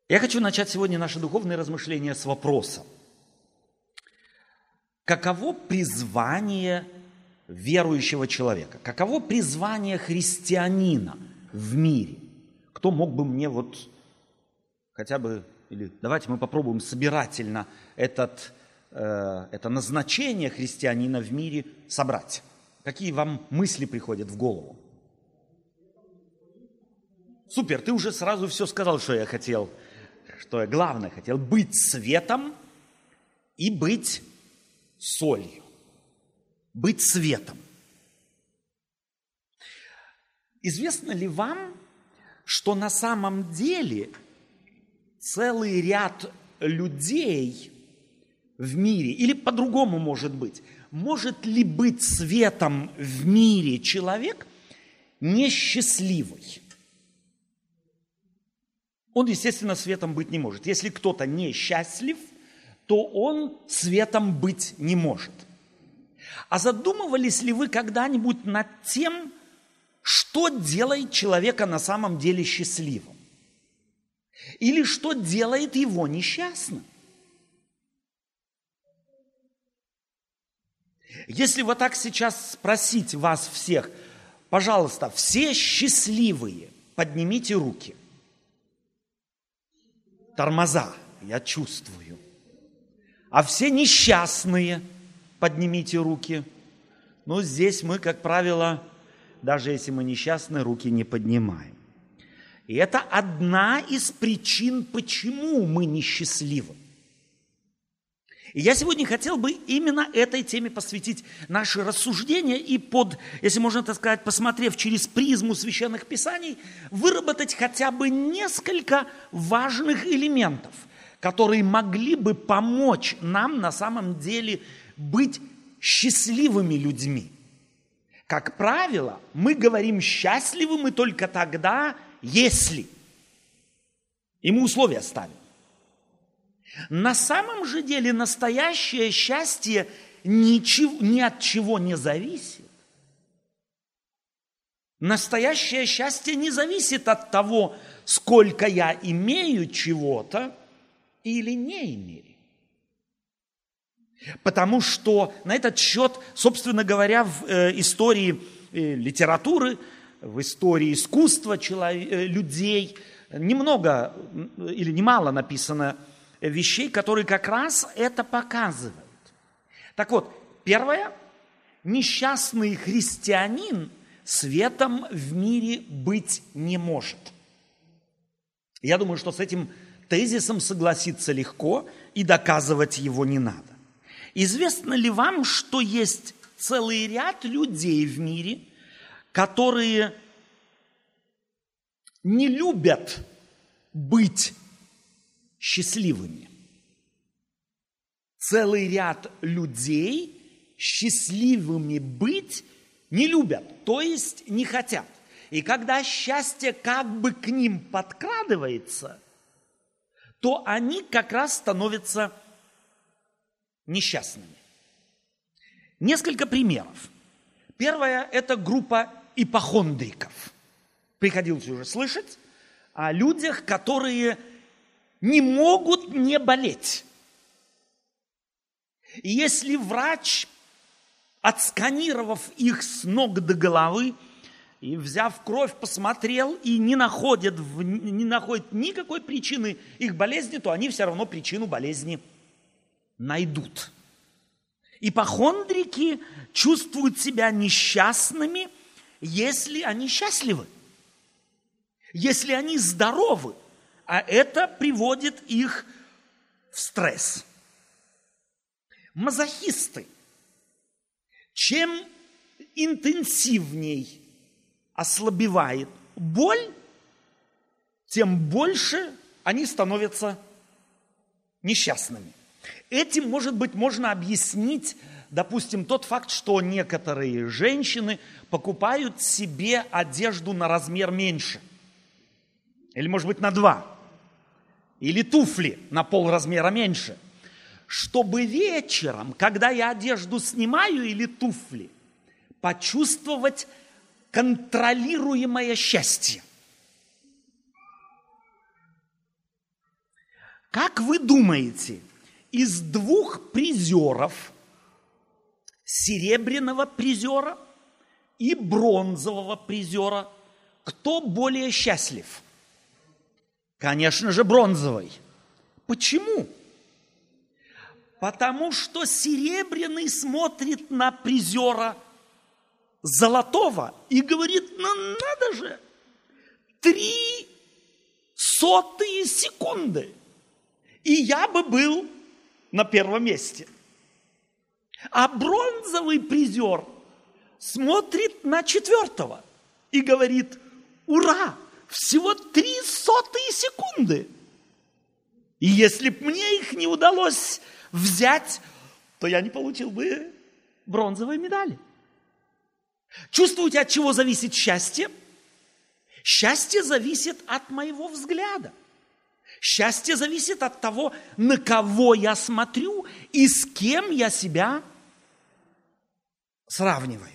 Я хочу начать сегодня наши духовные размышления с вопроса. Каково призвание верующего человека? Каково призвание христианина в мире? Кто мог бы мне хотя бы, или давайте мы попробуем собирательно это назначение христианина в мире собрать. Какие вам мысли приходят в голову? Супер, ты уже сразу все сказал, что я хотел. Что я главное хотел. Быть светом и быть солью. Быть светом. Известно ли вам, что на самом деле целый ряд людей в мире, или по-другому может ли быть светом в мире человек несчастливый? Он, естественно, светом быть не может. Если кто-то несчастлив, то он светом быть не может. А задумывались ли вы когда-нибудь над тем, что делает человека на самом деле счастливым? Или что делает его несчастным? Если вот так сейчас спросить вас всех, пожалуйста, все счастливые, поднимите руки. Тормоза, я чувствую. А все несчастные, поднимите руки. Но здесь мы, как правило, даже если мы несчастны, руки не поднимаем. И это одна из причин, почему мы несчастливы. И я сегодня хотел бы именно этой теме посвятить наши рассуждения и если можно так сказать, посмотрев через призму священных писаний, выработать хотя бы несколько важных элементов, которые могли бы помочь нам на самом деле быть счастливыми людьми. Как правило, мы говорим счастливым только тогда, если. И мы условия ставим. На самом же деле настоящее счастье ни от чего не зависит. Настоящее счастье не зависит от того, сколько я имею чего-то или не имею. Потому что на этот счет, собственно говоря, в истории литературы, в истории искусства людей немного или немало написано вещей, которые как раз это показывают. Так вот, первое, несчастный христианин светом в мире быть не может. Я думаю, что с этим тезисом согласиться легко и доказывать его не надо. Известно ли вам, что есть целый ряд людей в мире, которые не любят быть счастливыми? Целый ряд людей счастливыми быть не любят, то есть не хотят. И когда счастье как бы к ним подкрадывается, то они как раз становятся несчастными. Несколько примеров. Первое – это группа ипохондриков. Приходилось уже слышать о людях, которые не могут не болеть. И если врач, отсканировав их с ног до головы и взяв кровь, посмотрел и не находит никакой причины их болезни, то они все равно причину болезни найдут. Ипохондрики чувствуют себя несчастными, если они счастливы, если они здоровы, а это приводит их в стресс. Мазохисты. Чем интенсивней ослабевает боль, тем больше они становятся несчастными. Этим, может быть, можно объяснить, допустим, тот факт, что некоторые женщины покупают себе одежду на размер меньше. Или, может быть, на 2. Или туфли на полразмера меньше. Чтобы вечером, когда я одежду снимаю или туфли, почувствовать контролируемое счастье. Как вы думаете, из 2 призеров, серебряного призера и бронзового призера, кто более счастлив? Конечно же, бронзовый. Почему? Потому что серебряный смотрит на призера золотого и говорит: ну надо же, 0,03 секунды, и я бы был на первом месте. А бронзовый призер смотрит на 4-го и говорит: ура, всего 0,03 секунды. И если б мне их не удалось взять, то я не получил бы бронзовой медали. Чувствуете, от чего зависит счастье? Счастье зависит от моего взгляда. Счастье зависит от того, на кого я смотрю и с кем я себя сравниваю.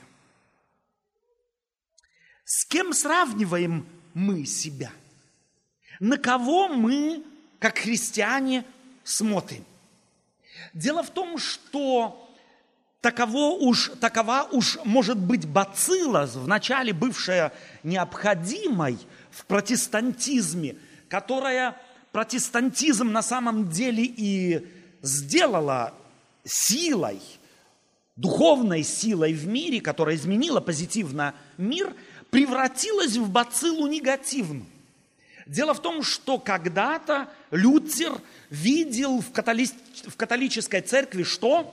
С кем сравниваем мы себя? На кого мы, как христиане, смотрим? Дело в том, что такова уж может быть бацилла, вначале бывшая необходимой в протестантизме, которая протестантизм на самом деле и сделала силой, духовной силой в мире, которая изменила позитивно мир, превратилась в бациллу негативную. Дело в том, что когда-то Лютер видел в католической церкви что?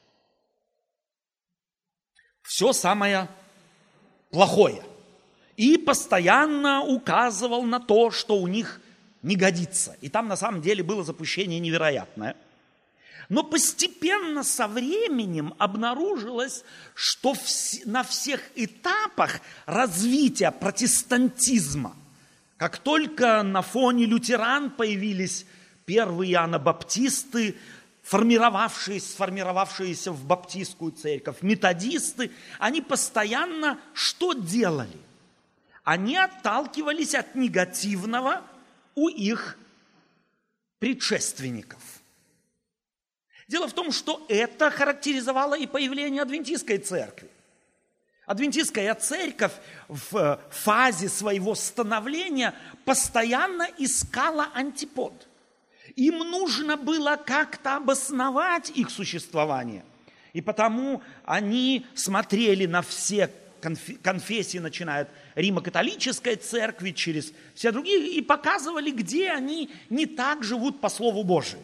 Все самое плохое. И постоянно указывал на то, что у них не годится. И там на самом деле было запущение невероятное. Но постепенно со временем обнаружилось, что на всех этапах развития протестантизма, как только на фоне лютеран появились первые анабаптисты, сформировавшиеся в баптистскую церковь, методисты, они постоянно что делали? Они отталкивались от негативного у их предшественников. Дело в том, что это характеризовало и появление адвентистской церкви. Адвентистская церковь в фазе своего становления постоянно искала антипод. Им нужно было как-то обосновать их существование. И потому они смотрели на все конфессии, начиная от Римо-католической церкви, через все другие, и показывали, где они не так живут по Слову Божию.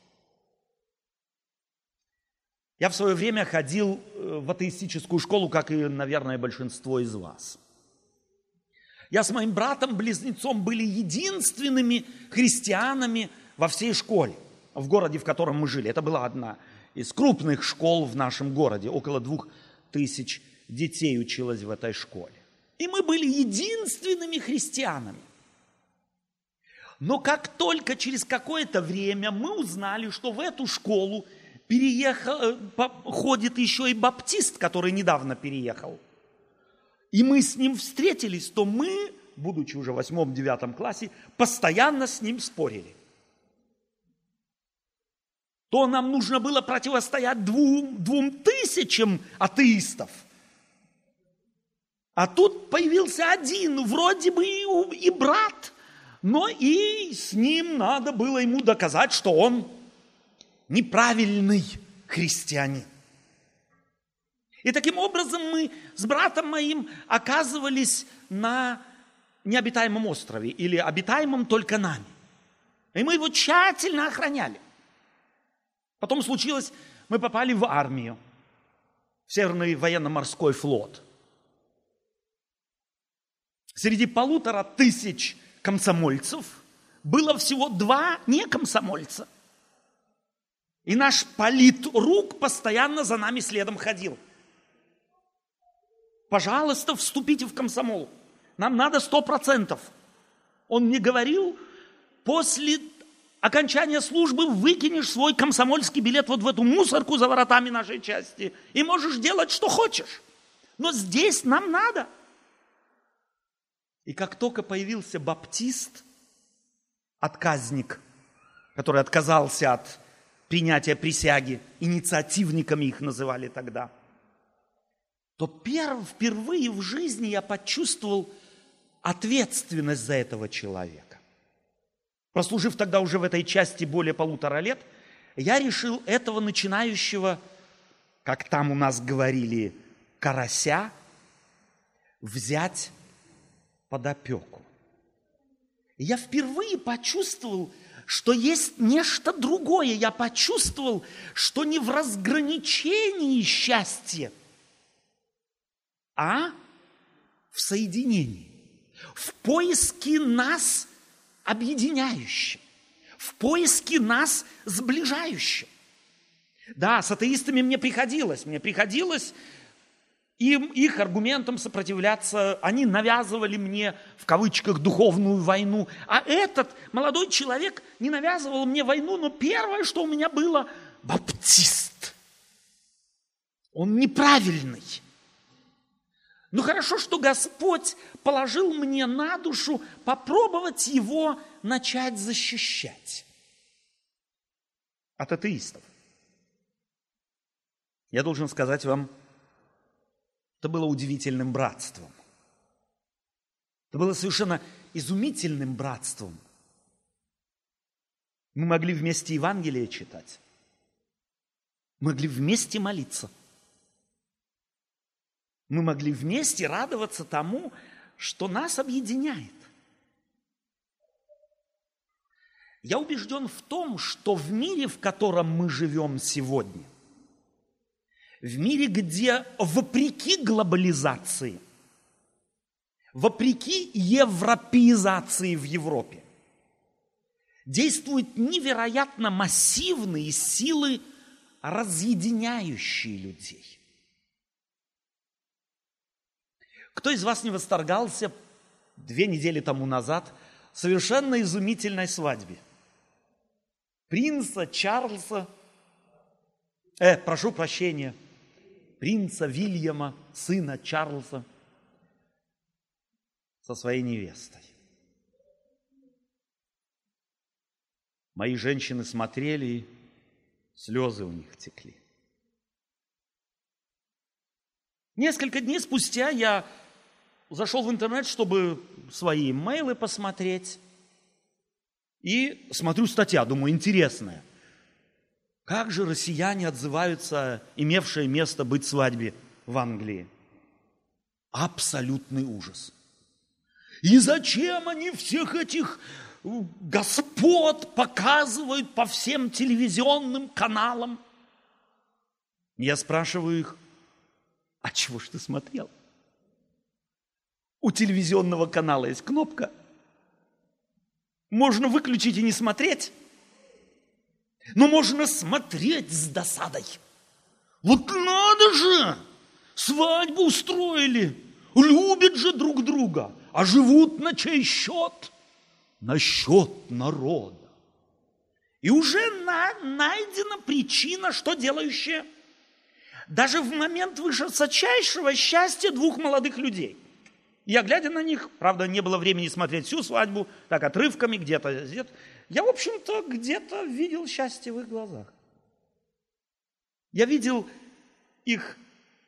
Я в свое время ходил в атеистическую школу, как и, наверное, большинство из вас. Я с моим братом-близнецом были единственными христианами во всей школе, в городе, в котором мы жили. Это была одна из крупных школ в нашем городе. Около 2000 детей училось в этой школе. И мы были единственными христианами. Но как только через какое-то время мы узнали, что в эту школу ходит еще и баптист, который недавно переехал, и мы с ним встретились, то мы, будучи уже в 8-9 классе, постоянно с ним спорили. То нам нужно было противостоять 2000 атеистов. А тут появился один, вроде бы и брат, но и с ним надо было ему доказать, что он неправильный христианин. И таким образом мы с братом моим оказывались на необитаемом острове или обитаемом только нами. И мы его тщательно охраняли. Потом случилось, мы попали в армию, в Северный военно-морской флот. Среди 1500 комсомольцев было всего 2 некомсомольца. И наш политрук постоянно за нами следом ходил. Пожалуйста, вступите в комсомол. Нам надо 100%. Он мне говорил, после окончания службы выкинешь свой комсомольский билет вот в эту мусорку за воротами нашей части и можешь делать, что хочешь. Но здесь нам надо. И как только появился баптист, отказник, который отказался от принятия присяги, инициативниками их называли тогда, то впервые в жизни я почувствовал ответственность за этого человека. Прослужив тогда уже в этой части более 1,5 лет, я решил этого начинающего, как там у нас говорили, карася, взять под опеку. И я впервые почувствовал, что есть нечто другое. Я почувствовал, что не в разграничении счастья, а в соединении, в поиске нас объединяющим, в поиске нас сближающим. Да, с атеистами мне приходилось им, их аргументам сопротивляться. Они навязывали мне, в кавычках, духовную войну. А этот молодой человек не навязывал мне войну, но первое, что у меня было, баптист. Он неправильный. Но хорошо, что Господь положил мне на душу попробовать его начать защищать от атеистов. Я должен сказать вам, это было удивительным братством. Это было совершенно изумительным братством. Мы могли вместе Евангелие читать. Мы могли вместе молиться. Мы могли вместе радоваться тому, что нас объединяет. Я убежден в том, что в мире, в котором мы живем сегодня, в мире, где вопреки глобализации, вопреки европеизации в Европе, действуют невероятно массивные силы, разъединяющие людей. Кто из вас не восторгался 2 недели тому назад совершенно изумительной свадьбе? Принца Чарльза, принца Вильяма, сына Чарльза, со своей невестой. Мои женщины смотрели, и слезы у них текли. Несколько дней спустя я зашел в интернет, чтобы свои имейлы посмотреть. И смотрю статья, думаю, интересная. Как же россияне отзываются, имевшие место быть свадьбе в Англии? Абсолютный ужас. И зачем они всех этих господ показывают по всем телевизионным каналам? Я спрашиваю их, а чего ж ты смотрел? У телевизионного канала есть кнопка. Можно выключить и не смотреть. Но можно смотреть с досадой. Вот надо же! Свадьбу устроили. Любят же друг друга. А живут на чей счет? На счет народа. И уже найдена причина, что делающая. Даже в момент высочайшего счастья 2 молодых людей. Я, глядя на них, правда, не было времени смотреть всю свадьбу, так отрывками где-то. Я, в общем-то, где-то видел счастье в их глазах. Я видел их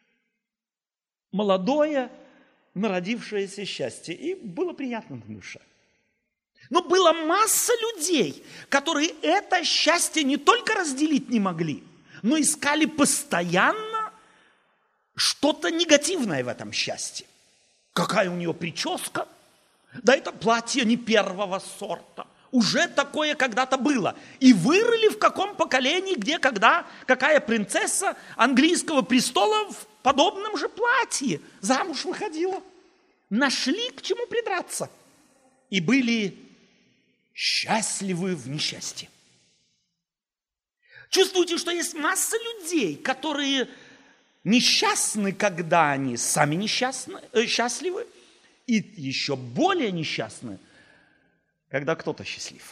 молодое, народившееся счастье. И было приятно на душе. Но была масса людей, которые это счастье не только разделить не могли, но искали постоянно что-то негативное в этом счастье. Какая у нее прическа? Да это платье не первого сорта. Уже такое когда-то было. И вырыли в каком поколении, где, когда, какая принцесса английского престола в подобном же платье замуж выходила. Нашли к чему придраться. И были счастливы в несчастье. Чувствуете, что есть масса людей, которые несчастны, когда они сами счастливы, и еще более несчастны, когда кто-то счастлив.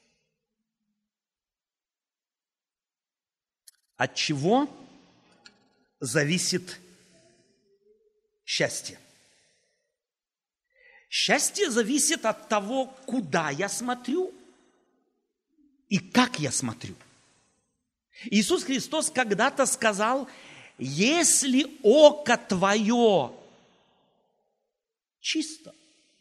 От чего зависит счастье? Счастье зависит от того, куда я смотрю и как я смотрю. Иисус Христос когда-то сказал: если око твое чисто,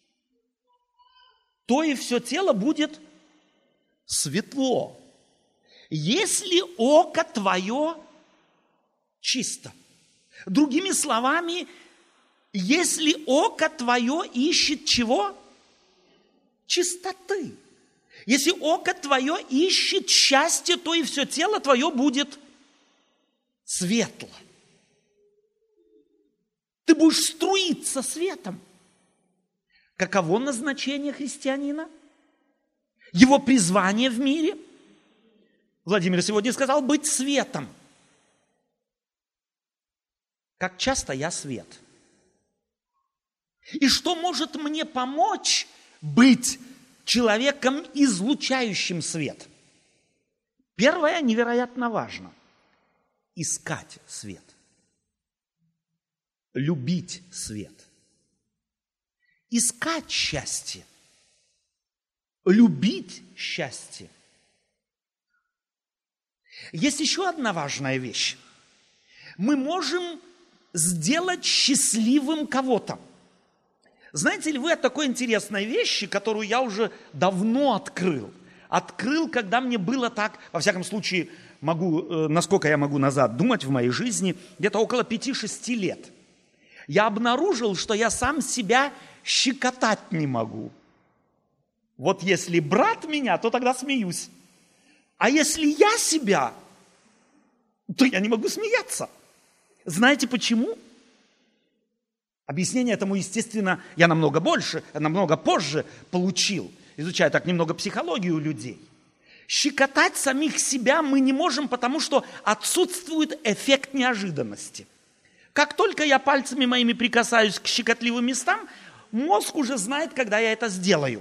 то и все тело будет светло. Если око твое чисто. Другими словами, если око твое ищет чего? Чистоты. Если око твое ищет счастье, то и все тело твое будет светло. Ты будешь струиться светом. Каково назначение христианина? Его призвание в мире? Владимир сегодня сказал: быть светом. Как часто я свет? И что может мне помочь быть человеком, излучающим свет? Первое, невероятно важно – искать свет, любить свет, искать счастье, любить счастье. Есть еще одна важная вещь. Мы можем сделать счастливым кого-то. Знаете ли вы о такой интересной вещи, которую я уже давно открыл? Открыл, когда мне было так, во всяком случае, насколько я могу назад думать в моей жизни, где-то около 5-6 лет. Я обнаружил, что я сам себя щекотать не могу. Вот если брат меня, то тогда смеюсь. А если я себя, то я не могу смеяться. Знаете почему? Объяснение этому, естественно, я намного позже получил, изучая так немного психологию людей. Щекотать самих себя мы не можем, потому что отсутствует эффект неожиданности. Как только я пальцами моими прикасаюсь к щекотливым местам, мозг уже знает, когда я это сделаю.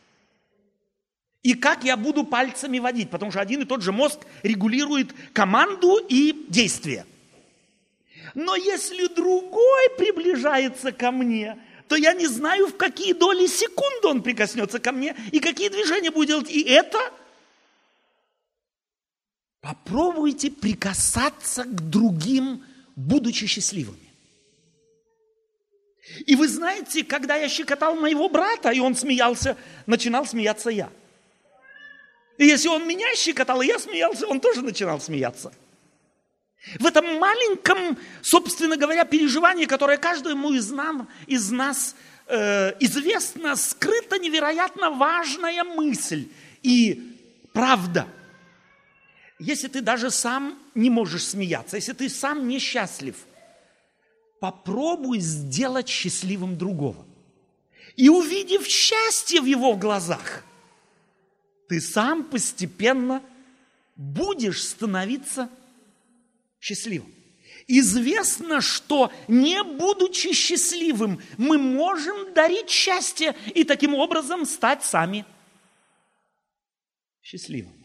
И как я буду пальцами водить, потому что один и тот же мозг регулирует команду и действие. Но если другой приближается ко мне, то я не знаю, в какие доли секунды он прикоснется ко мне и какие движения будет делать. И это попробуйте прикасаться к другим, будучи счастливыми. И вы знаете, когда я щекотал моего брата, и он смеялся, начинал смеяться я. И если он меня щекотал, и я смеялся, он тоже начинал смеяться. В этом маленьком, собственно говоря, переживании, которое каждому из нас известно, скрыта невероятно важная мысль и правда. Если ты даже сам не можешь смеяться, если ты сам несчастлив, попробуй сделать счастливым другого. И увидев счастье в его глазах, ты сам постепенно будешь становиться счастливым. Известно, что не будучи счастливым, мы можем дарить счастье и таким образом стать сами счастливыми.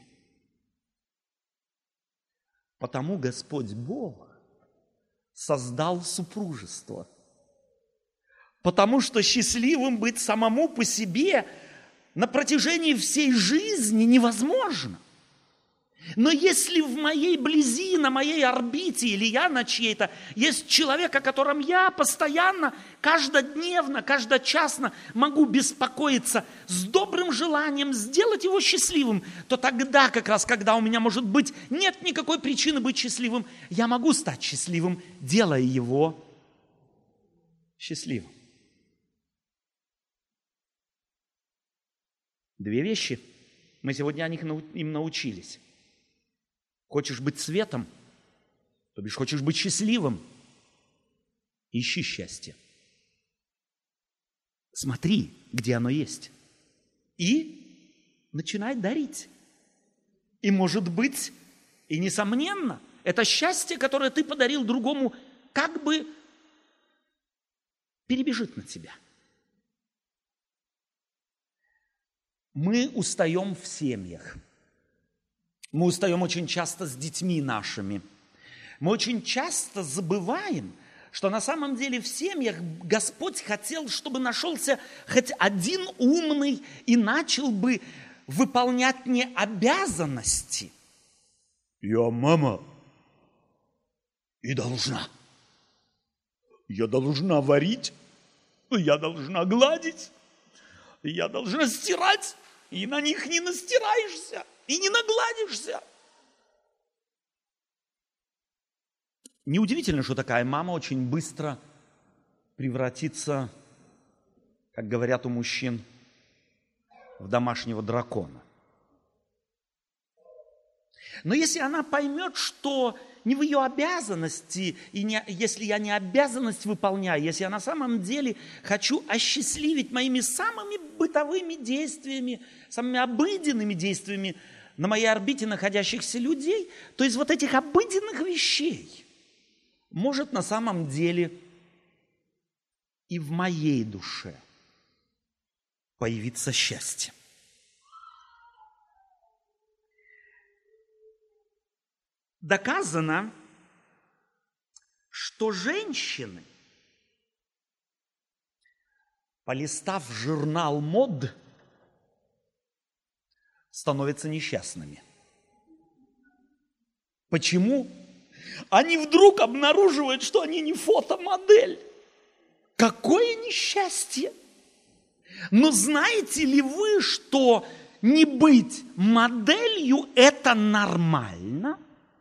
Потому Господь Бог создал супружество. Потому что счастливым быть самому по себе на протяжении всей жизни невозможно. Но если в моей близи, на моей орбите, или я на чьей-то, есть человек, о котором я постоянно, каждодневно, каждочасно могу беспокоиться с добрым желанием сделать его счастливым, то тогда как раз, когда у меня, может быть, нет никакой причины быть счастливым, я могу стать счастливым, делая его счастливым. Две вещи. Мы сегодня о них им научились. Хочешь быть светом, то бишь хочешь быть счастливым, ищи счастье. Смотри, где оно есть. И начинай дарить. И может быть, и несомненно, это счастье, которое ты подарил другому, как бы перебежит на тебя. Мы устаем в семьях. Мы устаем очень часто с детьми нашими. Мы очень часто забываем, что на самом деле в семьях Господь хотел, чтобы нашелся хоть один умный и начал бы выполнять не обязанности. Я мама и должна. Я должна варить, я должна гладить, я должна стирать, и на них не настираешься, и не нагладишься. Неудивительно, что такая мама очень быстро превратится, как говорят у мужчин, в домашнего дракона. Но если она поймет, что не в ее обязанности, и если я не обязанность выполняю, если я на самом деле хочу осчастливить моими самыми бытовыми действиями, самыми обыденными действиями на моей орбите находящихся людей, то из вот этих обыденных вещей может на самом деле и в моей душе появиться счастье. Доказано, что женщины, полистав журнал мод, становятся несчастными. Почему? Они вдруг обнаруживают, что они не фотомодель. Какое несчастье! Но знаете ли вы, что не быть моделью – это нормально?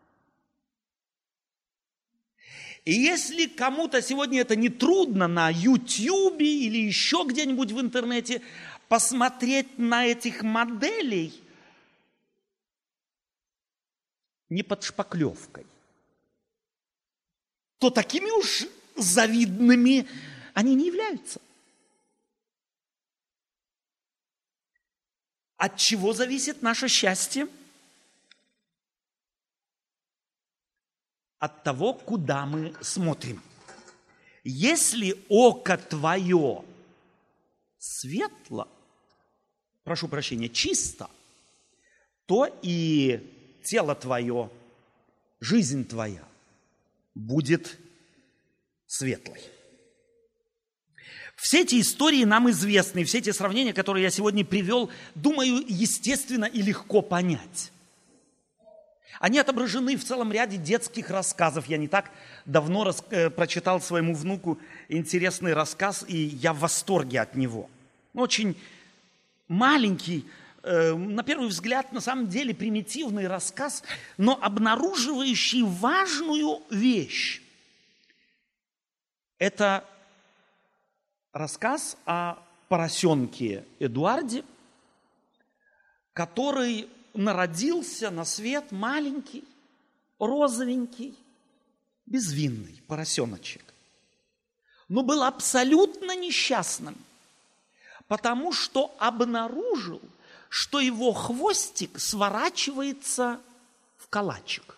И если кому-то сегодня это не трудно на Ютьюбе или еще где-нибудь в интернете посмотреть на этих моделей не под шпаклевкой, то такими уж завидными они не являются. От чего зависит наше счастье? От того, куда мы смотрим. Если око твое светло, прошу прощения, чисто, то и тело твое, жизнь твоя будет светлой. Все эти истории нам известны, все эти сравнения, которые я сегодня привел, думаю, естественно и легко понять. Они отображены в целом ряде детских рассказов. Я не так давно прочитал своему внуку интересный рассказ, и я в восторге от него. Очень маленький, на первый взгляд, на самом деле примитивный рассказ, но обнаруживающий важную вещь. Это рассказ о поросенке Эдуарде, который народился на свет маленький, розовенький, безвинный поросеночек. Но был абсолютно несчастным, потому что обнаружил, что его хвостик сворачивается в калачик.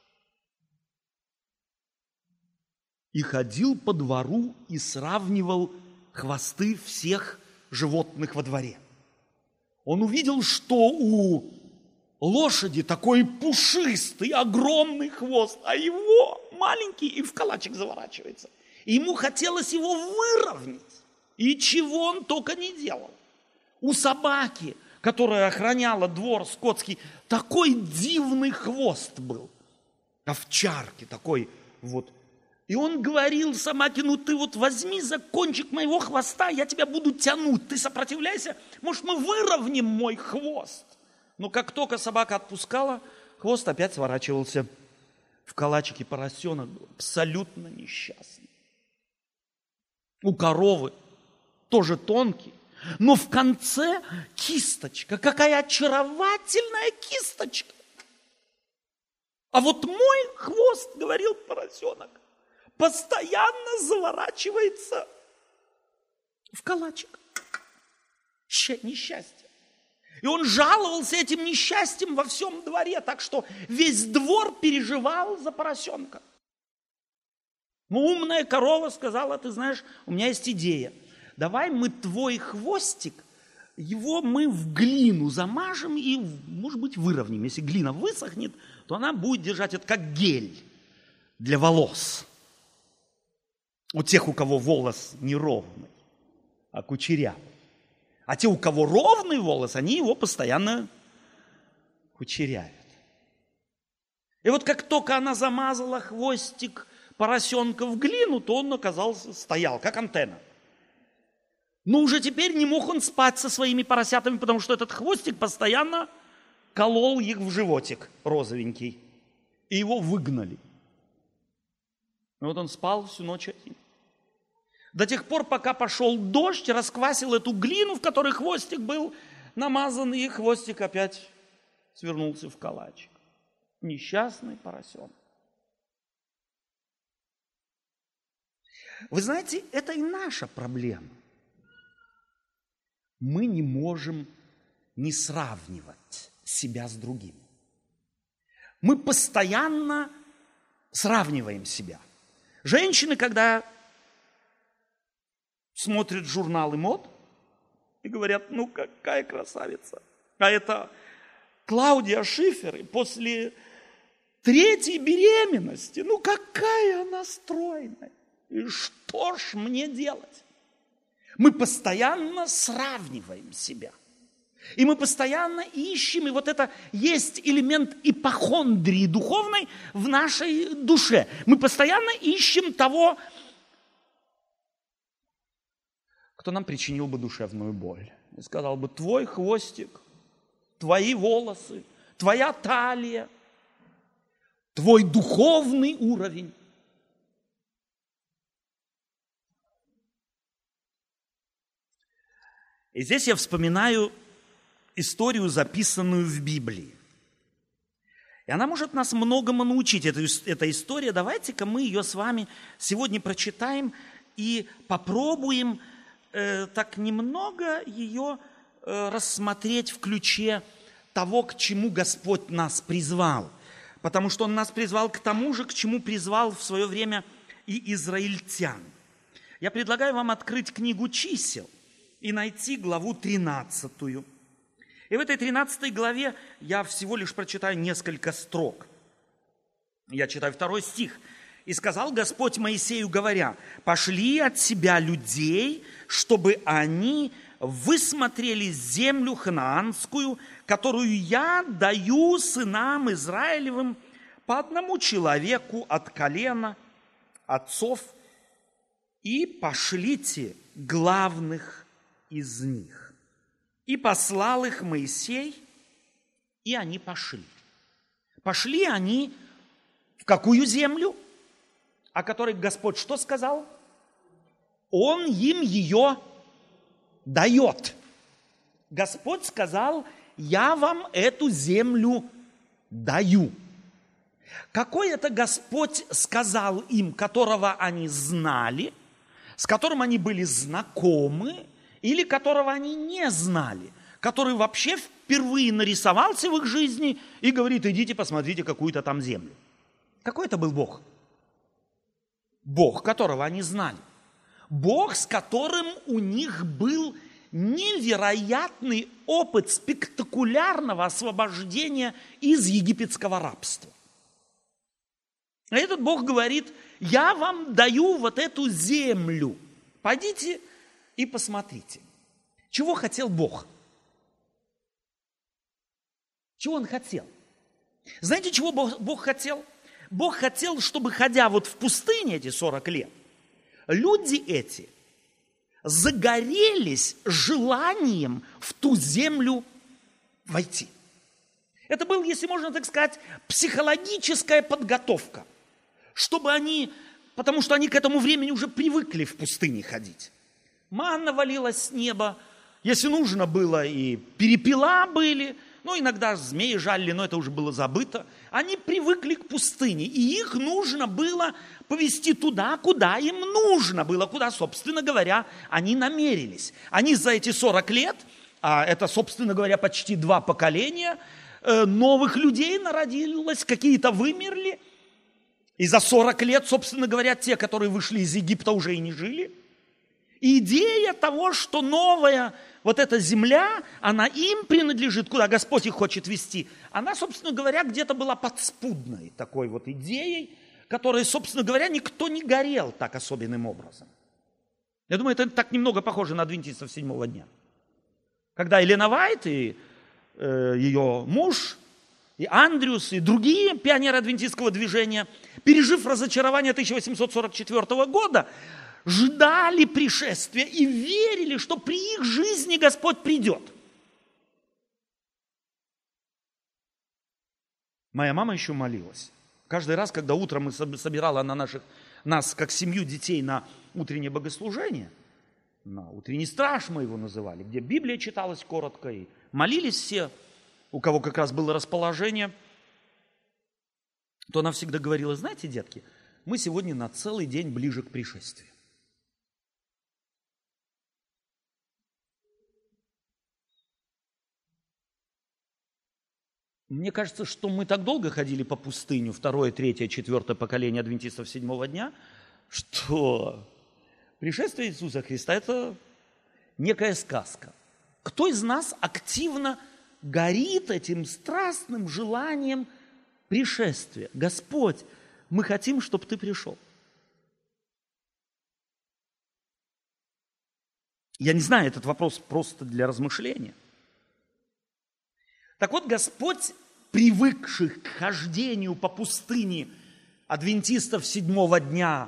И ходил по двору и сравнивал хвосты всех животных во дворе. Он увидел, что у лошади такой пушистый, огромный хвост, а его маленький и в калачик заворачивается. И ему хотелось его выровнять. И чего он только не делал. У собаки, которая охраняла двор скотский, такой дивный хвост был. Овчарки такой вот. И он говорил собаке: ну ты вот возьми за кончик моего хвоста, я тебя буду тянуть. Ты сопротивляйся, может мы выровняем мой хвост. Но как только собака отпускала, хвост опять сворачивался в калачике. Поросенок был абсолютно несчастный. У коровы тоже тонкий, но в конце кисточка. Какая очаровательная кисточка. А вот мой хвост, говорил поросенок, постоянно заворачивается в калачик. Несчастье. И он жаловался этим несчастьем во всем дворе, так что весь двор переживал за поросенка. Но умная корова сказала: ты знаешь, у меня есть идея. Давай мы твой хвостик, его мы в глину замажем и, может быть, выровняем. Если глина высохнет, то она будет держать это как гель для волос. У тех, у кого волос неровный, а кучерявый. А те, у кого ровный волос, они его постоянно кучеряют. И вот как только она замазала хвостик поросенка в глину, то он стоял, как антенна. Но уже теперь не мог он спать со своими поросятами, потому что этот хвостик постоянно колол их в животик розовенький. И его выгнали. И вот он спал всю ночь один. До тех пор, пока пошел дождь, расквасил эту глину, в которой хвостик был намазан, и хвостик опять свернулся в калачик. Несчастный поросенок. Вы знаете, это и наша проблема. Мы не можем не сравнивать себя с другими. Мы постоянно сравниваем себя. Женщины, когда смотрят журналы мод и говорят, ну какая красавица. А это Клаудия Шифер после 3-й беременности. Ну какая она стройная. И что ж мне делать? Мы постоянно сравниваем себя. И мы постоянно ищем, и вот это есть элемент ипохондрии духовной в нашей душе. Мы постоянно ищем того, кто нам причинил бы душевную боль. И сказал бы, твой хвостик, твои волосы, твоя талия, твой духовный уровень. И здесь я вспоминаю историю, записанную в Библии. И она может нас многому научить, эта история. Давайте-ка мы ее с вами сегодня прочитаем и попробуем так немного ее рассмотреть в ключе того, к чему Господь нас призвал. Потому что Он нас призвал к тому же, к чему призвал в свое время и израильтян. Я предлагаю вам открыть книгу «Чисел» и найти главу 13. И в этой 13 главе я всего лишь прочитаю несколько строк. Я читаю 2 стих. «И сказал Господь Моисею, говоря, пошли от себя людей, чтобы они высмотрели землю ханаанскую, которую я даю сынам Израилевым по одному человеку от колена отцов, и пошлите главных из них». И послал их Моисей, и они пошли. Пошли они в какую землю? О которой Господь что сказал? Он им ее дает. Господь сказал, я вам эту землю даю. Какой это Господь сказал им, которого они знали, с которым они были знакомы, или которого они не знали, который вообще впервые нарисовался в их жизни и говорит, идите посмотрите какую-то там землю. Какой это был Бог? Бог, которого они знали. Бог, с которым у них был невероятный опыт спектакулярного освобождения из египетского рабства. А этот Бог говорит, я вам даю вот эту землю. Пойдите и посмотрите, чего хотел Бог. Чего Он хотел? Знаете, чего Бог хотел? Бог хотел, чтобы, ходя вот в пустыне эти 40 лет, люди эти загорелись желанием в ту землю войти. Это был, если можно так сказать, психологическая подготовка, чтобы они, потому что они к этому времени уже привыкли в пустыне ходить. Манна валилась с неба, если нужно было, и перепела были, ну, иногда змеи жалили, но это уже было забыто. Они привыкли к пустыне, и их нужно было повести туда, куда им нужно было, куда, собственно говоря, они намерились. Они за эти 40 лет, а это, собственно говоря, почти 2 поколения, новых людей народилось, какие-то вымерли, и за 40 лет, собственно говоря, те, которые вышли из Египта, уже и не жили. Идея того, что новая вот эта земля, она им принадлежит, куда Господь их хочет вести, она, собственно говоря, где-то была подспудной такой вот идеей, которой, собственно говоря, никто не горел так особенным образом. Я думаю, это так немного похоже на адвентистов 7-го дня. Когда Елена Вайт и ее муж, и Андрюс, и другие пионеры адвентистского движения, пережив разочарование 1844 года, ждали пришествия и верили, что при их жизни Господь придет. Моя мама еще молилась. Каждый раз, когда утром мы собирала нас, как семью детей, на утреннее богослужение, на утренний страж мы его называли, где Библия читалась коротко, и молились все, у кого как раз было расположение, то она всегда говорила: знаете, детки, мы сегодня на целый день ближе к пришествию. Мне кажется, что мы так долго ходили по пустыню, 2-е, 3-е, 4-е поколение адвентистов 7-го дня, что пришествие Иисуса Христа – это некая сказка. Кто из нас активно горит этим страстным желанием пришествия? Господь, мы хотим, чтобы Ты пришел. Я не знаю, этот вопрос просто для размышления. Так вот, Господь, привыкших к хождению по пустыне адвентистов 7-го дня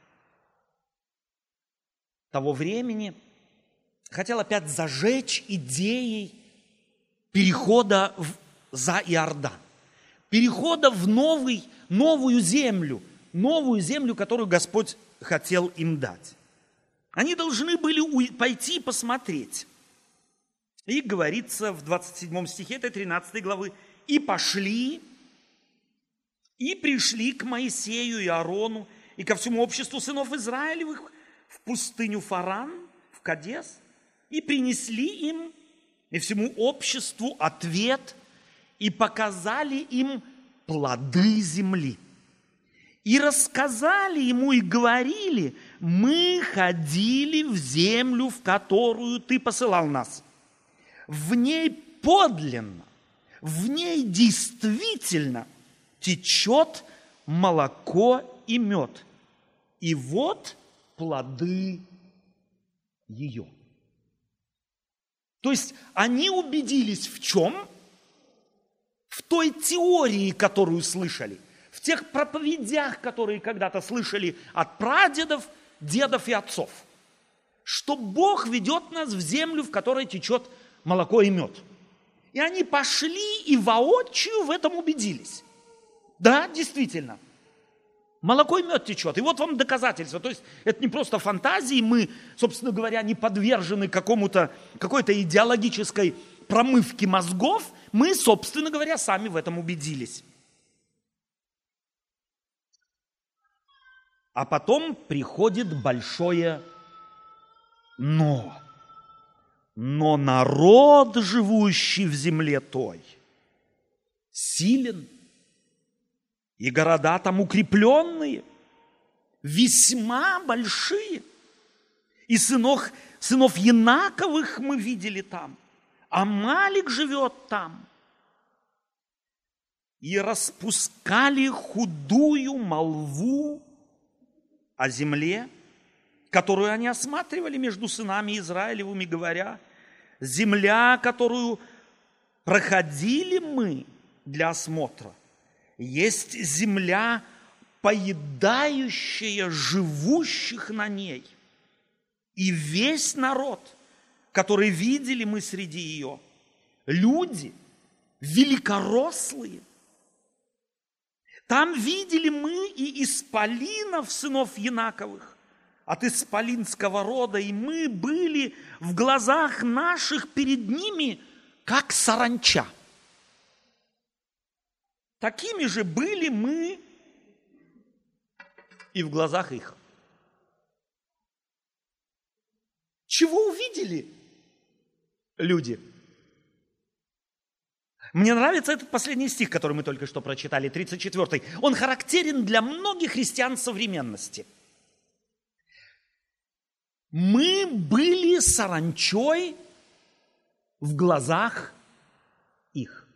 того времени, хотел опять зажечь идеей перехода за Иордан, перехода в новую землю, которую Господь хотел им дать. Они должны были пойти посмотреть. И говорится в 27 стихе этой 13 главы: «И пошли, и пришли к Моисею и Аарону, и ко всему обществу сынов Израилевых в пустыню Фаран, в Кадес, и принесли им и всему обществу ответ, и показали им плоды земли. И рассказали ему и говорили: мы ходили в землю, в которую ты посылал нас. В ней подлинно, в ней действительно течет молоко и мед. И вот плоды ее». То есть они убедились в чем? В той теории, которую слышали, в тех проповедях, которые когда-то слышали от прадедов, дедов и отцов, что Бог ведет нас в землю, в которой течет молоко и мед. И они пошли и воочию в этом убедились. Да, действительно, молоко и мед течет. И вот вам доказательство. То есть это не просто фантазии, мы, собственно говоря, не подвержены какой-то идеологической промывке мозгов. Мы, собственно говоря, сами в этом убедились. А потом приходит большое «но». «Но народ, живущий в земле той, силен, и города там укрепленные, весьма большие. И сынов Янаковых мы видели там, Амалик живет там. И распускали худую молву о земле, которую они осматривали между сынами Израилевыми, говоря: земля, которую проходили мы для осмотра, есть земля, поедающая живущих на ней. И весь народ, который видели мы среди ее, люди великорослые. Там видели мы и исполинов, сынов Янаковых, от исполинского рода, и мы были в глазах наших перед ними, как саранча. Такими же были мы и в глазах их. Чего увидели люди? Мне нравится этот последний стих, который мы только что прочитали, 34-й. Он характерен для многих христиан современности. Мы были саранчой в глазах их.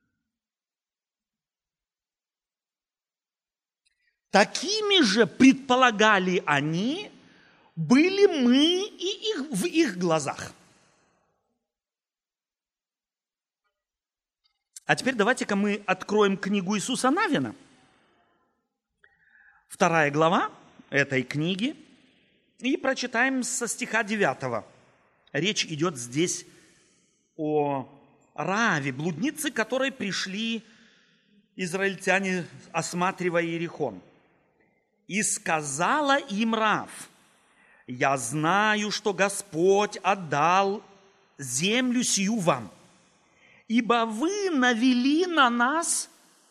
Такими же, предполагали они, были мы и в их глазах. А теперь давайте-ка мы откроем книгу Иисуса Навина. 2 глава этой книги. И прочитаем со стиха 9. Речь идет здесь о Рааве, блуднице, к которой пришли израильтяне, осматривая Иерихон. «И сказала им Раав: я знаю, что Господь отдал землю сию вам, ибо вы навели на нас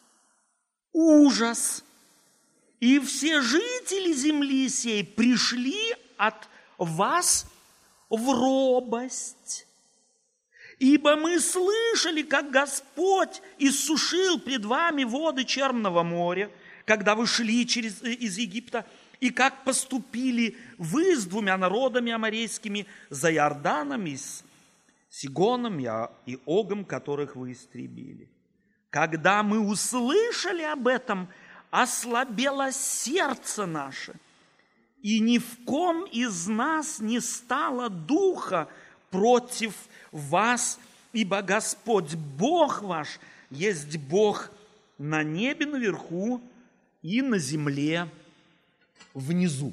ужас, и все жители земли сей пришли от вас в робость. Ибо мы слышали, как Господь иссушил пред вами воды Черного моря, когда вы шли из Египта, и как поступили вы с 2 народами аморейскими за Иорданом, и с Сигоном и Огом, которых вы истребили. Когда мы услышали об этом, ослабело сердце наше, и ни в ком из нас не стало духа против вас, ибо Господь Бог ваш есть Бог на небе наверху и на земле внизу».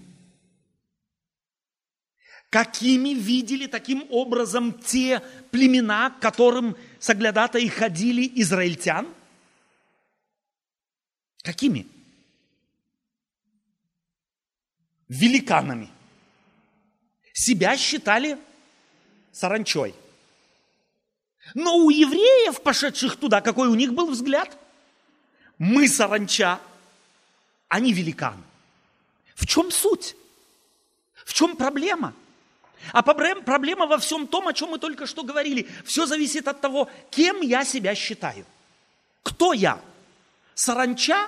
Какими видели таким образом те племена, к которым соглядатаи ходили, израильтян? Какими? Великанами. Себя считали саранчой. Но у евреев, пошедших туда, какой у них был взгляд? Мы саранча, они великаны. В чем суть? В чем проблема? А проблема во всем том, о чем мы только что говорили. Все зависит от того, кем я себя считаю. Кто я? Саранча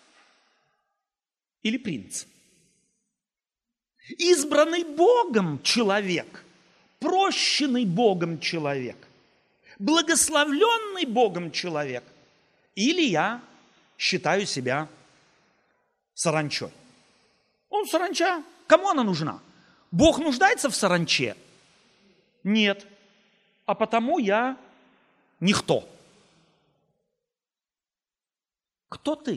или принц? Избранный Богом человек, прощенный Богом человек, благословленный Богом человек, или я считаю себя саранчой? Он саранча. Кому она нужна? Бог нуждается в саранче? Нет. А потому я никто. Кто ты?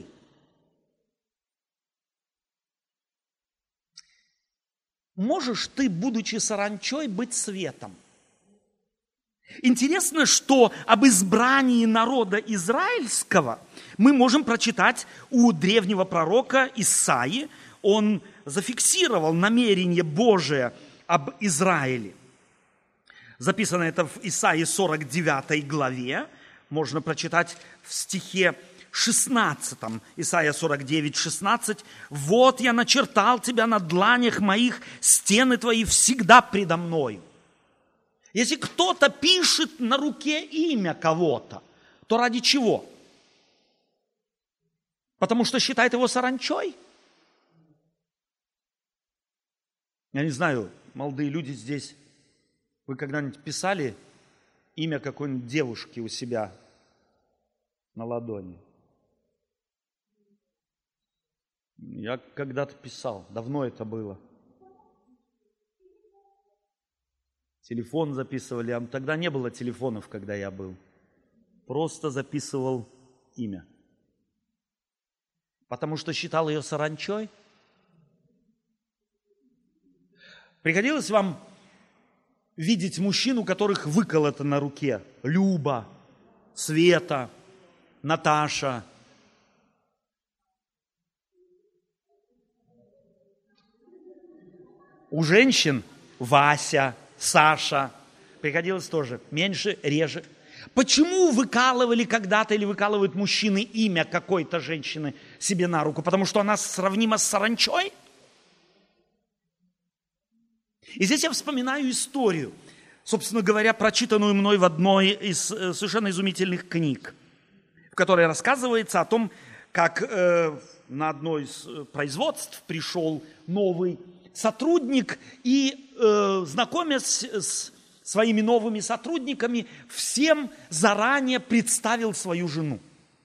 Можешь ты, будучи саранчой, быть светом? Интересно, что об избрании народа израильского мы можем прочитать у древнего пророка Исаии. Он зафиксировал намерение Божие об Израиле. Записано это в Исаии 49 главе. Можно прочитать в стихе 16, Исайя 49, 16. «Вот я начертал тебя на дланях моих, стены твои всегда предо мною». Если кто-то пишет на руке имя кого-то, то ради чего? Потому что считает его саранчой? Я не знаю, молодые люди здесь, вы когда-нибудь писали имя какой-нибудь девушки у себя на ладони? Я когда-то писал, давно это было. Телефон записывали, а тогда не было телефонов, когда я был. Просто записывал имя. Потому что считал ее саранчой. Приходилось вам видеть мужчин, у которых выколото на руке? Люба, Света, Наташа. У женщин Вася, Саша. Приходилось тоже меньше, реже. Почему выкалывали когда-то или выкалывают мужчины имя какой-то женщины себе на руку? Потому что она сравнима с саранчой? И здесь я вспоминаю историю, собственно говоря, прочитанную мной в одной из совершенно изумительных книг, в которой рассказывается о том, как на одно из производств пришел новый сотрудник и, знакомясь с своими новыми сотрудниками, всем заранее представил свою жену.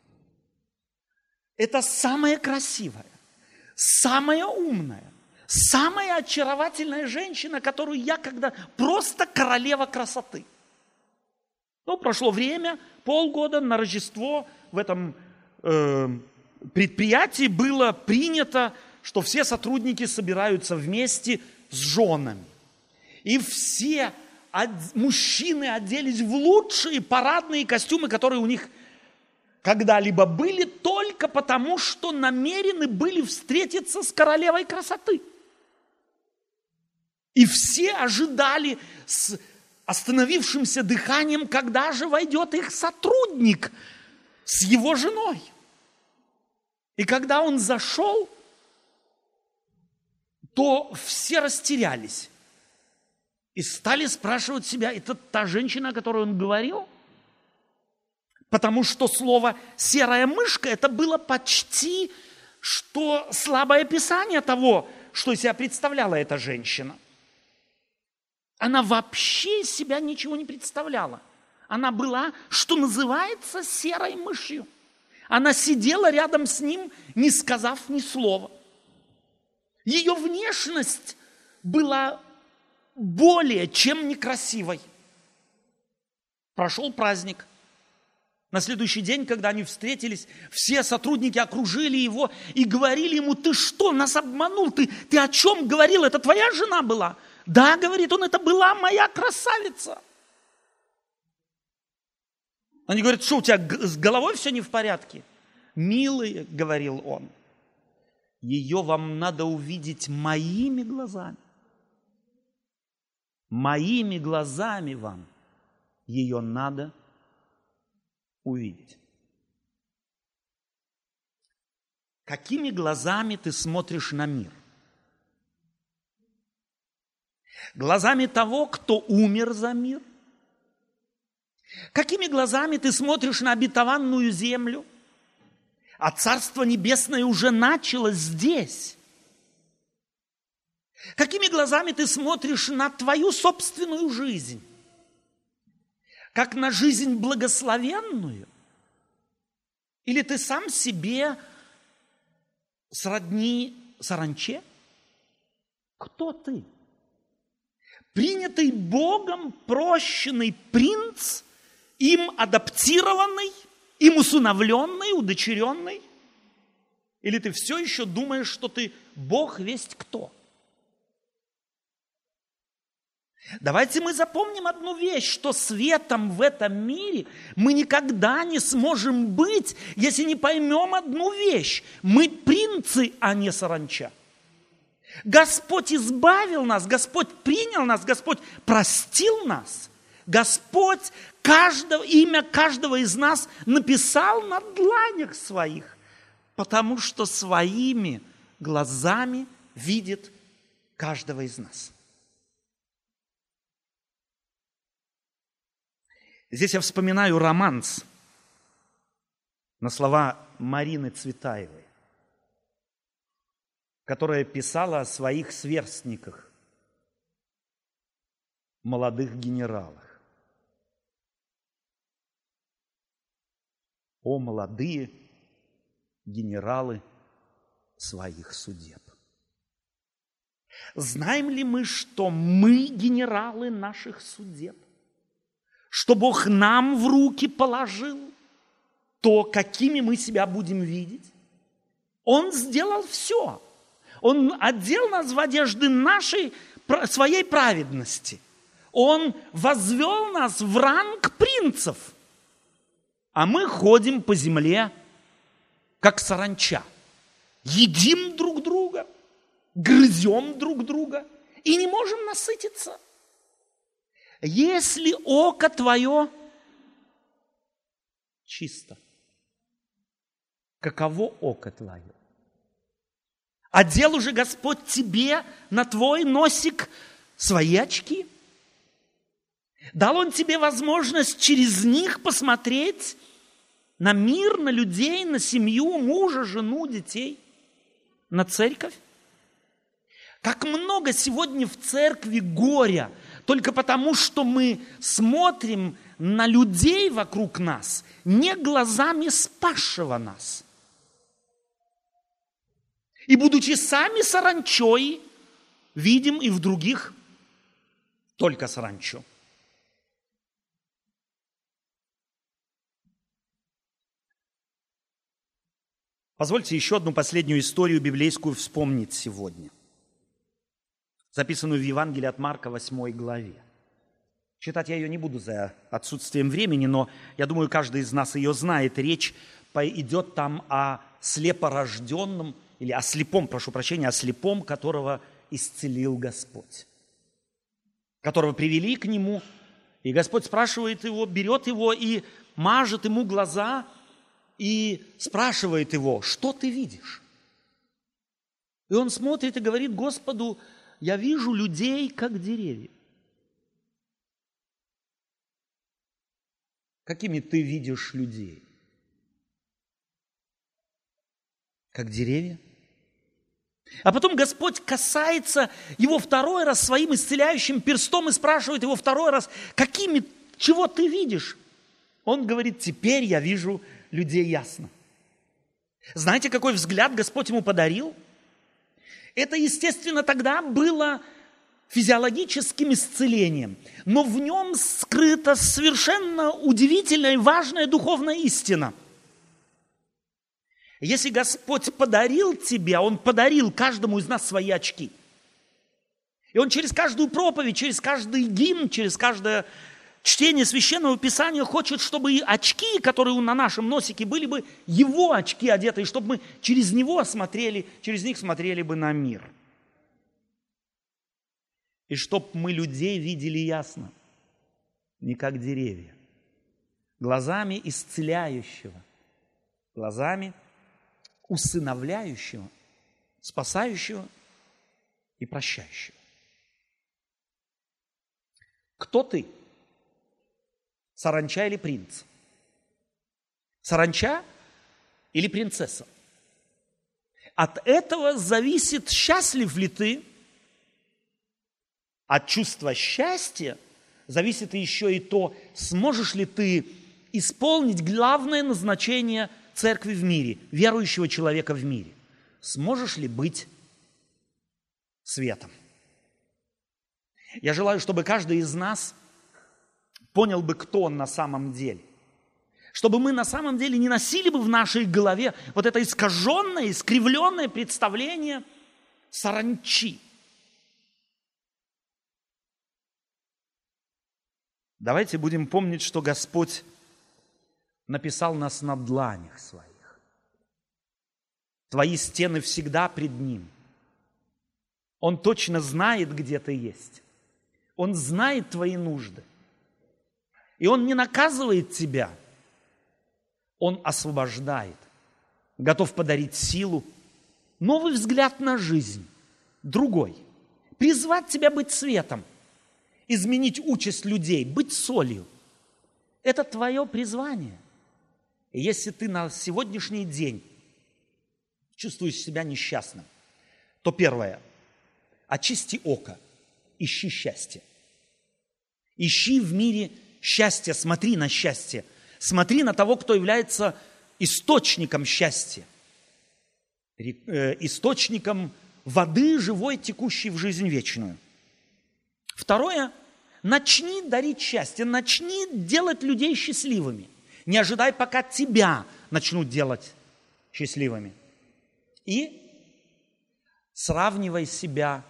Это самая красивая, самая умная, самая очаровательная женщина, которую я когда... Просто королева красоты. Ну, прошло время, полгода, на Рождество в этом предприятии было принято, что все сотрудники собираются вместе с женами. И все мужчины оделись в лучшие парадные костюмы, которые у них когда-либо были, только потому, что намерены были встретиться с королевой красоты. И все ожидали с остановившимся дыханием, когда же войдет их сотрудник с его женой. И когда он зашел, то все растерялись и стали спрашивать себя, это та женщина, о которой он говорил? Потому что слово «серая мышка» это было почти что слабое описание того, что из себя представляла эта женщина. Она вообще из себя ничего не представляла. Она была, что называется, серой мышью. Она сидела рядом с ним, не сказав ни слова. Ее внешность была более чем некрасивой. Прошел праздник. На следующий день, когда они встретились, все сотрудники окружили его и говорили ему: ты что, нас обманул? Ты о чем говорил? Это твоя жена была? Да, говорит он, это была моя красавица. Они говорят: что у тебя с головой все не в порядке? Милые, говорил он, ее вам надо увидеть моими глазами. Моими глазами вам ее надо увидеть. Какими глазами ты смотришь на мир? Глазами того, кто умер за мир? Какими глазами ты смотришь на обетованную землю? А Царство Небесное уже началось здесь. Какими глазами ты смотришь на твою собственную жизнь? Как на жизнь благословенную? Или ты сам себе сродни саранче? Кто ты? Принятый Богом прощенный принц, им адаптированный, им усыновленный, удочеренный? Или ты все еще думаешь, что ты Бог весть кто? Давайте мы запомним одну вещь, что светом в этом мире мы никогда не сможем быть, если не поймем одну вещь. Мы принцы, а не саранча. Господь избавил нас, Господь принял нас, Господь простил нас. Господь имя каждого из нас написал на дланях своих, потому что своими глазами видит каждого из нас. Здесь я вспоминаю романс на слова Марины Цветаевой, которая писала о своих сверстниках, молодых генералах. О, молодые генералы своих судеб! Знаем ли мы, что мы генералы наших судеб? Что Бог нам в руки положил то, какими мы себя будем видеть? Он сделал все. Он одел нас в одежды своей праведности. Он возвел нас в ранг принцев. А мы ходим по земле, как саранча. Едим друг друга, грызем друг друга и не можем насытиться. Если око твое чисто, каково око твое? Одел уже Господь тебе на твой носик свои очки. Дал Он тебе возможность через них посмотреть на мир, на людей, на семью, мужа, жену, детей, на церковь. Как много сегодня в церкви горя, только потому, что мы смотрим на людей вокруг нас не глазами спасшего нас. И, будучи сами саранчой, видим и в других только саранчу. Позвольте еще одну последнюю историю библейскую вспомнить сегодня, записанную в Евангелии от Марка, 8 главе. Читать я ее не буду за отсутствием времени, но я думаю, каждый из нас ее знает. Речь идет там о слепорожденном, или о слепом, прошу прощения, о слепом, которого исцелил Господь, которого привели к Нему, и Господь спрашивает его, берет его и мажет ему глаза, и спрашивает его: что ты видишь? И он смотрит и говорит Господу: я вижу людей, как деревья. Какими ты видишь людей? Как деревья? А потом Господь касается его второй раз своим исцеляющим перстом и спрашивает его второй раз: чего ты видишь? Он говорит: теперь я вижу людей ясно. Знаете, какой взгляд Господь ему подарил? Это, естественно, тогда было физиологическим исцелением, но в нем скрыта совершенно удивительная и важная духовная истина. Если Господь подарил тебе, Он подарил каждому из нас свои очки. И Он через каждую проповедь, через каждый гимн, через каждое чтение Священного Писания хочет, чтобы и очки, которые на нашем носике, были бы Его очки одеты, и чтобы мы через них смотрели бы на мир. И чтобы мы людей видели ясно, не как деревья, глазами исцеляющего, глазами усыновляющего, спасающего и прощающего. Кто ты? Саранча или принц? Саранча или принцесса? От этого зависит, счастлив ли ты. От чувства счастья зависит еще и то, сможешь ли ты исполнить главное назначение церкви в мире, верующего человека в мире. Сможешь ли быть светом? Я желаю, чтобы каждый из нас понял бы, кто он на самом деле. Чтобы мы на самом деле не носили бы в нашей голове вот это искаженное, искривленное представление саранчи. Давайте будем помнить, что Господь написал нас на дланях своих. Твои стены всегда пред Ним. Он точно знает, где ты есть. Он знает твои нужды. И Он не наказывает тебя. Он освобождает. Готов подарить силу, новый взгляд на жизнь, другой. Призвать тебя быть светом. Изменить участь людей, быть солью. Это твое призвание. И если ты на сегодняшний день чувствуешь себя несчастным, то первое, очисти око, ищи счастье. Ищи в мире счастье, смотри на счастье. Смотри на того, кто является источником счастья, источником воды живой, текущей в жизнь вечную. Второе, начни дарить счастье, начни делать людей счастливыми. Не ожидай, пока тебя начнут делать счастливыми. И сравнивай себя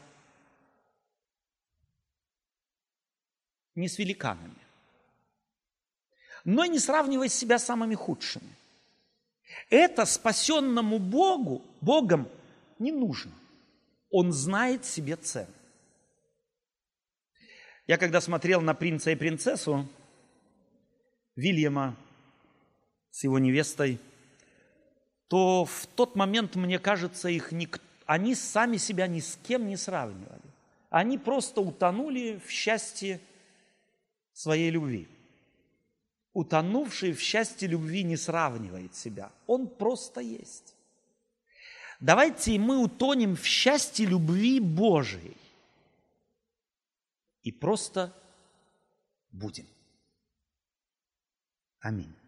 не с великанами, но и не сравнивай себя с самыми худшими. Это спасенному Богом не нужно. Он знает себе цену. Я когда смотрел на принца и принцессу Вильяма с его невестой, то в тот момент, мне кажется, они сами себя ни с кем не сравнивали. Они просто утонули в счастье своей любви. Утонувший в счастье любви не сравнивает себя. Он просто есть. Давайте мы утонем в счастье любви Божией. И просто будем. Аминь.